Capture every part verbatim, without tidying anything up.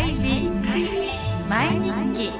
開示毎日記。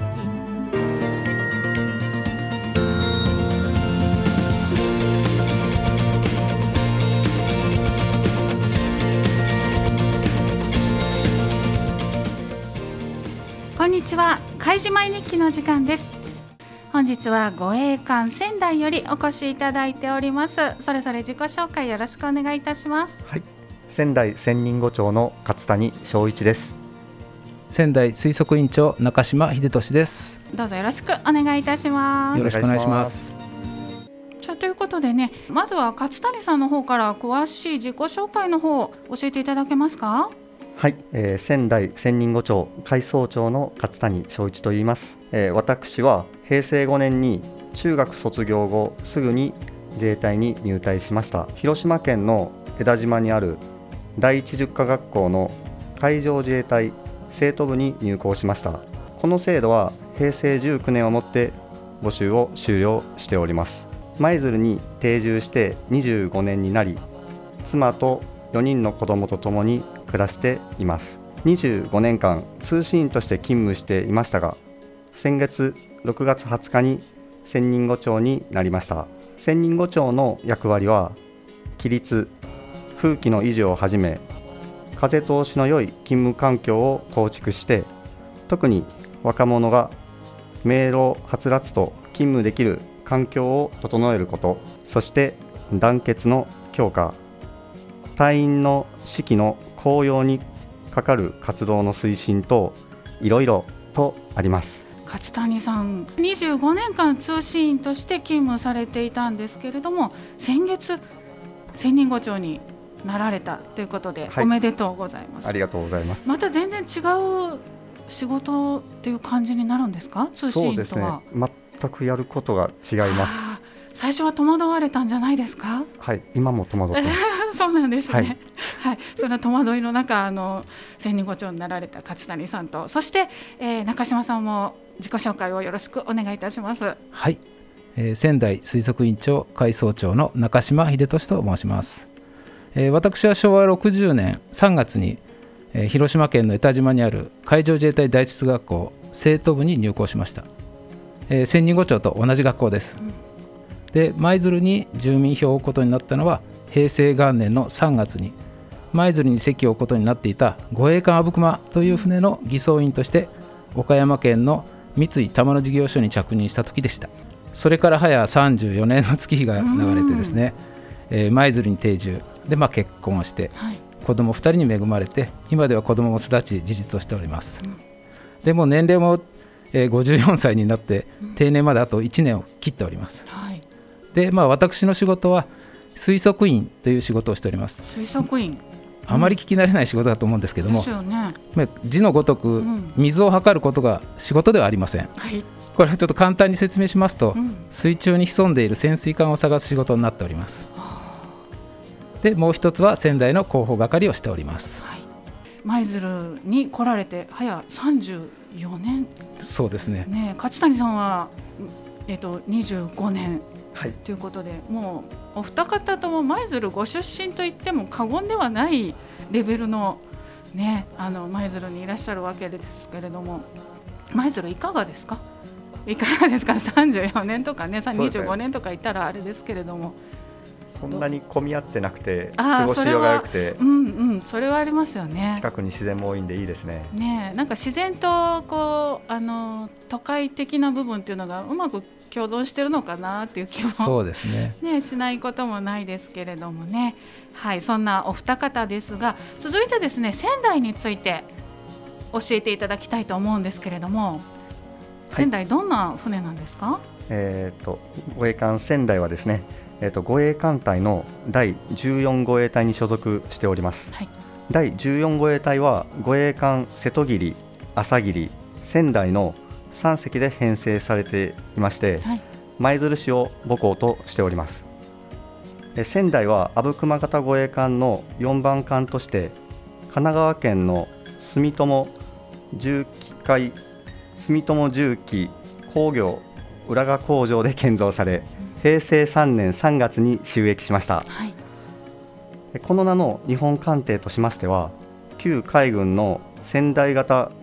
こんにちは、開示毎日記の時間です。本日は護衛艦仙台よりお越しいただいております。それぞれ自己紹介よろしくお願いいたします。 はい、仙台専任護長の勝谷翔一です。 仙台推測委員長中島秀俊です。 どうぞよろしくお願いいたします。 よろしくお願いします。 さあということでね、まずは勝谷さんの方から詳しい自己紹介の方を教えていただけますか。 はい、えー、仙台専任護長海曹長の勝谷翔一と言います。えー、私はへいせいごねんに中学卒業後すぐに自衛隊に入隊しました。広島県の江田島にある第一塾科学校の海上自衛隊生徒部に入校しました。この制度はへいせいじゅうきゅうねんをもって募集を終了しております。舞鶴に定住してにじゅうごねんになり、妻とよにんの子供と共に暮らしています。にじゅうごねんかん通信員として勤務していましたが、先月ろくがつはつかに専任護長になりました。専任護長の役割は規律、風紀の維持をはじめ、風通しの良い勤務環境を構築して、特に若者が明朗はつらつと勤務できる環境を整えること、そして団結の強化、隊員の士気の高揚にかかる活動の推進等、いろいろとあります。 勝谷さん、にじゅうごねんかん通信員として勤務されていたんですけれども、先月専任護長になられたということで、はい、おめでとうございます。 ありがとうございます。 また全然違う仕事っていう感じになるんですか。通信員とは。そうですね、全くやることが違います。 最初は戸惑われたんじゃないですか。 はい、今も戸惑ってますそうなんですね、 はいはい、その戸惑いの中、あの専任護長になられた勝谷さんと、そして、えー、中島さんも自己紹介をよろしくお願いいたします。 はい、えー、仙台推測委員長海曹長の中島秀俊と申します。えー、私はしょうわろくじゅうねんさんがつに、えー、広島県の江田島にある海上自衛隊第一学校生徒部に入校しました。えー、専任護長と同じ学校です。うん、で舞鶴に住民票を置くことになったのはへいせいがんねんのさんがつに舞鶴に籍を置くことになっていた護衛艦あぶくまという船の偽装員として岡山県の三井玉野事業所に着任した時でした。それから早さんじゅうよねんの月日が流れてですね、えー、舞鶴に定住で、まあ、結婚をして、はい、子供ふたりに恵まれて、今では子供も育ち自立をしております。うん、でも年齢も、えー、ごじゅうよんさいになって定年まであといちねんを切っております。はい、で、まあ、私の仕事は推測員という仕事をしております。 推測員、 あまり聞き慣れない仕事だと思うんですけども、 ですよね、 字のごとく水を測ることが仕事ではありません。はい、これはちょっと簡単に説明しますと、うん、水中に潜んでいる潜水艦を探す仕事になっております。でもう一つは仙台の広報係をしております。はい、 舞鶴に来られて早さんじゅうよねん。 そうです ね, ね勝谷さんは、えー、とにじゅうごねん、 はい、 ということで、もうお二方とも舞鶴ご出身といっても過言ではないレベルの、ね、あの舞鶴にいらっしゃるわけですけれども、舞鶴いかがですか。いかがですか。さんじゅうよねんとかね、にじゅうごねんとかいたらあれですけれども、 そんなに混み合ってなくて過ごしようが良くて、 うんうん、それはありますよね。 近くに自然も多いんでいいですね。 ね、なんか自然とこうあの都会的な部分っていうのがうまく共存してるのかなっていう気もそうですね、 ね、しないこともないですけれどもね。はい、そんなお二方ですが、続いてですね、仙台について教えていただきたいと思うんですけれども、仙台どんな船なんですか。はい、 えー、と護衛艦仙台はですね、えー、と護衛艦隊のだいじゅうよん護衛隊に所属しております。はい、だいじゅうよん護衛隊は護衛艦瀬戸桐、朝霧、仙台のさんせきで編成されていまして、はい、舞鶴市を母港としております。え仙台は阿武隈型護衛艦のよんばん艦として神奈川県の住友重機械住友重機工業浦賀工場で建造され、へいせいさんねんさんがつに就役しました。はい、この名の日本艦艇としましては、旧海軍の仙台型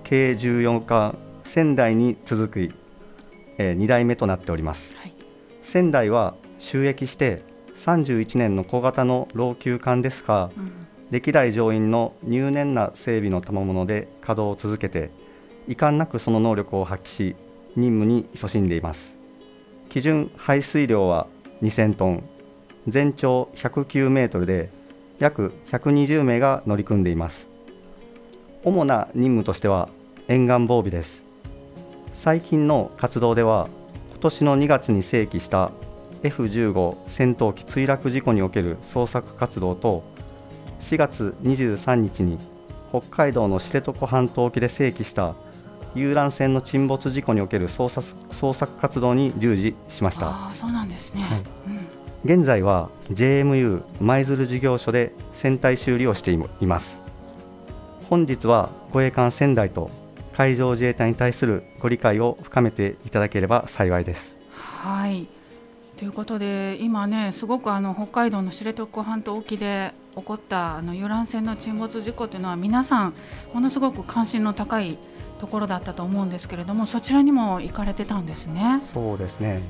計じゅうよんかん仙台に続く、えー、にだいめとなっております、はい、仙台は就役してさんじゅういちねんの小型の老朽艦ですが、うん、歴代乗員の入念な整備の賜物で稼働を続けて遺憾なくその能力を発揮し任務に勤しんでいます。基準排水量はにせんトン、全長ひゃくきゅうメートルで約ひゃくにじゅうめいが乗り組んでいます。主な任務としては沿岸防備です。最近の活動では今年のにがつに正規した エフじゅうご 戦闘機墜落事故における捜索活動としがつにじゅうさんにちに北海道の知床半島沖で正規した遊覧船の沈没事故における捜索、捜索活動に従事しました。 あ、そうなんですね、はい、 うん、現在は ジェーエムユー 舞鶴事業所で船体修理をしています。本日は護衛艦仙台と海上自衛隊に対するご理解を深めていただければ幸いです。 はい、ということで今ねすごくあの北海道の知床半島沖で起こったあの遊覧船の沈没事故というのは皆さんものすごく関心の高いところだったと思うんですけれども、そちらにも行かれてたんですね。 そうですね、はい、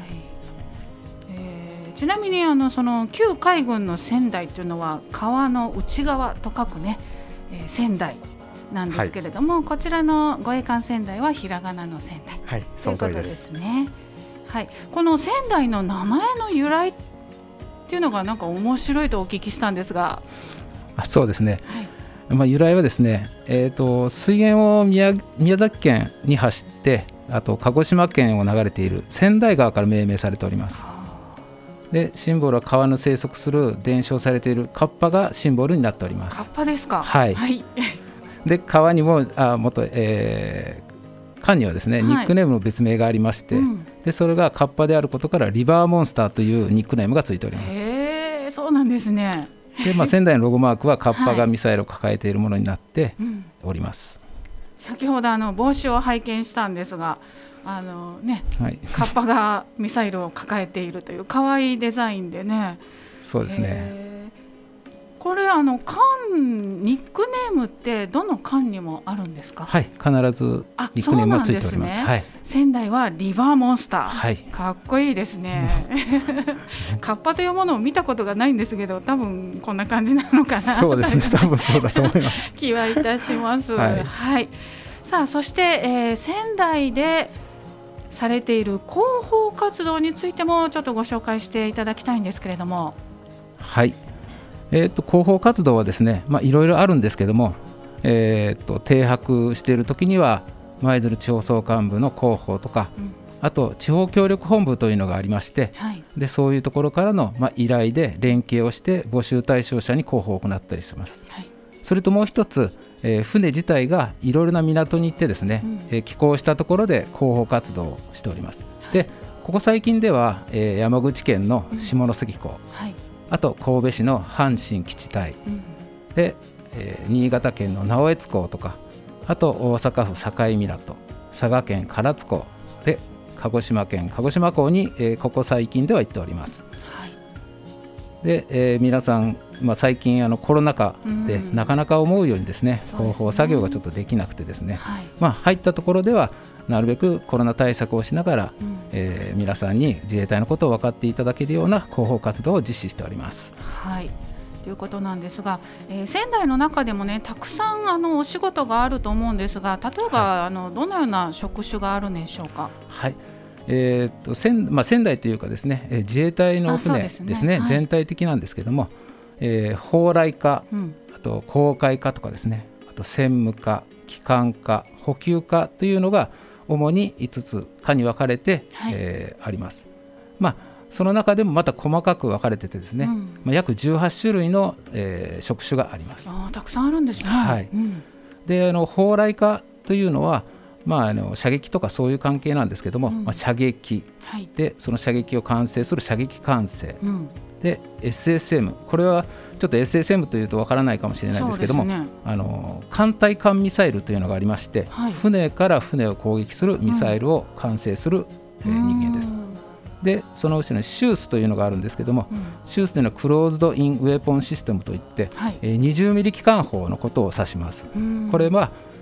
えー、ちなみにあのその旧海軍の仙台というのは川の内側と書くね、えー、仙台なんですけれども、はい、こちらの護衛艦仙台はひらがなの仙台、 はい、 ということですね。はい、この仙台の名前の由来っていうのがなんか面白いとお聞きしたんですが。 あ、そうですね、はい、まあ、由来はですね、えー、と水源を 宮, 宮崎県に走ってあと鹿児島県を流れている仙台川から命名されております。でシンボルは川の生息する伝承されているカッパがシンボルになっております。 カッパですか。 はい、 はい、 で川にもあ元、えー、艦にはですね、はい、ニックネームの別名がありまして、うん、でそれがカッパであることからリバーモンスターというニックネームがついております。 へー、そうなんですね。 で、まあ、仙台のロゴマークはカッパがミサイルを抱えているものになっております、 はい、うん、先ほどあの帽子を拝見したんですがあの、ね、はい、カッパがミサイルを抱えているという可愛いデザインでね。 そうですね。 これあの艦ニックネームってどの艦にもあるんですか。 はい、必ずニックネームがついております。 ね、 はい、 仙台はリバーモンスター、 はい、 かっこいいですねカッパというものを見たことがないんですけど多分こんな感じなのかな。 そうですね、多分そうだと思います気はいたします、はいはい、さあそして、えー、仙台でされている広報活動についてもちょっとご紹介していただきたいんですけれども。 はい、えー、と広報活動はですね、まあ、いろいろあるんですけども、えー、と停泊している時には舞鶴地方総監部の広報とか、うん、あと地方協力本部というのがありまして、はい、でそういうところからの、まあ、依頼で連携をして募集対象者に広報を行ったりします、はい、それともう一つ、えー、船自体がいろいろな港に行ってですね、うん、えー、寄港したところで広報活動をしております、はい、でここ最近では、えー、山口県の下関港、うん、はい、あと神戸市の阪神基地隊、うん、で、えー、新潟県の直江津港とか、あと大阪府境港、佐賀県唐津港で鹿児島県鹿児島港に、えー、ここ最近では行っております、はい、で、えー、皆さん、まあ、最近あのコロナ禍でなかなか思うようにですね、うん、広報作業がちょっとできなくてですね、はい、まあ、入ったところではなるべくコロナ対策をしながら、うん、えー、皆さんに自衛隊のことを分かっていただけるような広報活動を実施しております。 はい、ということなんですが、えー、仙台の中でもねたくさんあのお仕事があると思うんですが、例えば、はい、あのどのような職種があるんでしょうか。 はい、えーっと 仙, まあ、仙台というかですね、えー、自衛隊の船ですね、ですね、はい、全体的なんですけども、えー、砲雷課、うん、あと航海課とかですね、あと船務課、機関課、補給課というのが主にいつつ課に分かれて、はい、えー、あります。まあ、その中でもまた細かく分かれててですね、うん、まあ、約じゅうはち種類の、えー、職種があります。 あ、たくさんあるんですね。 はい、うん、であの砲雷課というのは、まあ、あの射撃とかそういう関係なんですけども、うん、まあ、射撃、はい、でその射撃を管制する射撃管制、うん、で エスエスエム、 これはちょっと エスエスエム というとわからないかもしれないんですけども、ね、あの艦隊艦ミサイルというのがありまして、はい、船から船を攻撃するミサイルを管制する、うん、えー、人間です。でその後ろにシュースというのがあるんですけども、うん、シュースというのはクローズドインウェポンシステムといって、はい、えー、にじゅうミリ機関砲のことを指します。これは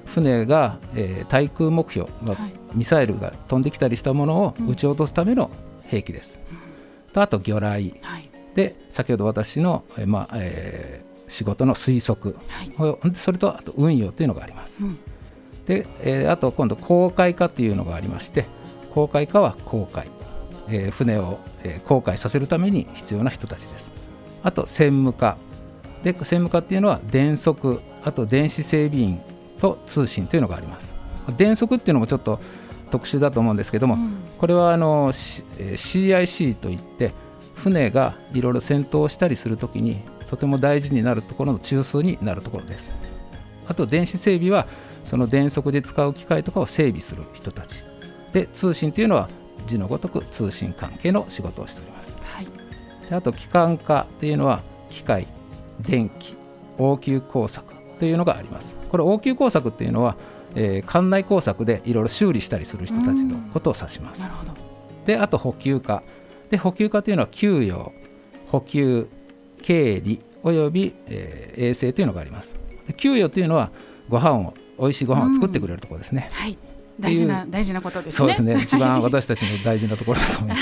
船が、えー、対空目標、まあはい、ミサイルが飛んできたりしたものを撃ち落とすための兵器です、うん、とあと魚雷、はい、で先ほど私の、えーまあえー、仕事の推測、はい、それとあと運用というのがあります、うん、で、えー、あと今度航海化というのがありまして、航海化は航海、えー、船を、えー、航海させるために必要な人たちです。あと専務課で、専務課っていうのは電測、あと電子整備員と通信というのがあります。電測っていうのもちょっと特殊だと思うんですけども、うん、これはあの シーアイシー といって船がいろいろ戦闘をしたりするときにとても大事になるところの中枢になるところです。あと電子整備はその電測で使う機械とかを整備する人たちで、通信というのは字のごとく通信関係の仕事をしております、はい、であと機関科というのは機械、電気、応急工作というのがあります。これ応急工作というのは、えー、艦内工作でいろいろ修理したりする人たちのことを指します。なるほど。であと補給課で、補給課というのは給養、補給、経理および、えー、衛生というのがあります。で給養というのはご飯を美味しいご飯を作ってくれるところですね、 はい、大事な大事なことですね。 そうですね、一番私たちの大事なところだと思います、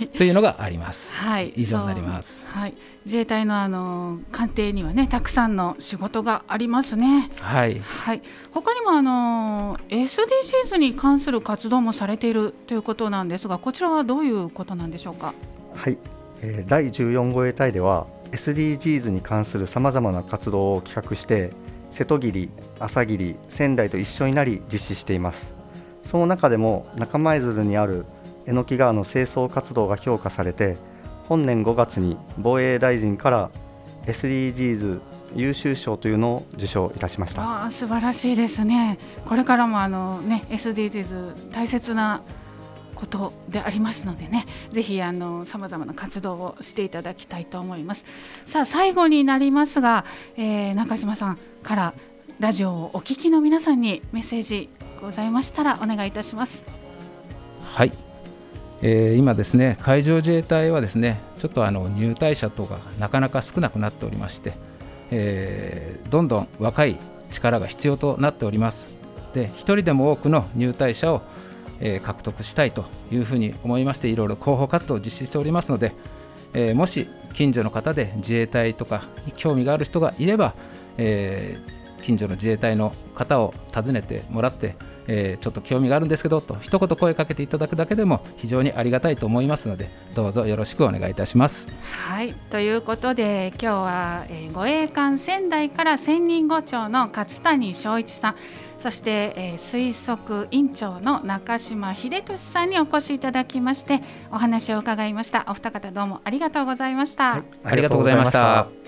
というのがあります、はい、以上になります、はい、 自衛隊のあの艦艇にはねたくさんの仕事がありますね。はい、はい、他にもあの エスディージーズ に関する活動もされているということなんですが、こちらはどういうことなんでしょうか。 はい、えー、だいじゅうよん護衛隊では エスディージーズ に関するさまざまな活動を企画して瀬戸桐、朝霧、仙台と一緒になり実施しています。その中でも中舞鶴にある榎木川の清掃活動が評価されて、本年ごがつに防衛大臣から エスディージーズ 優秀賞というのを受賞いたしました。 あ、素晴らしいですね。これからもあの、ね、エスディージーズ 大切なことでありますのでね、ぜひあのさまざまな活動をしていただきたいと思います。さあ最後になりますが、えー、中島さんからラジオをお聞きの皆さんにメッセージございましたらお願いいたします。 はい、えー、今ですね海上自衛隊はですねちょっとあの入隊者とかなかなか少なくなっておりまして、えー、どんどん若い力が必要となっております。で一人でも多くの入隊者を、えー、獲得したいというふうに思いまして、いろいろ広報活動を実施しておりますので、えー、もし近所の方で自衛隊とかに興味がある人がいれば、えー、近所の自衛隊の方を訪ねてもらって、えー、ちょっと興味があるんですけどと一言声かけていただくだけでも非常にありがたいと思いますので、どうぞよろしくお願いいたします。 はい、ということで今日は、えー、護衛艦仙台から専任護長の勝谷正一さん、そして、えー、推測委員長の中島秀俊さんにお越しいただきましてお話を伺いました。お二方どうもありがとうございました。はい、 ありがとうございました。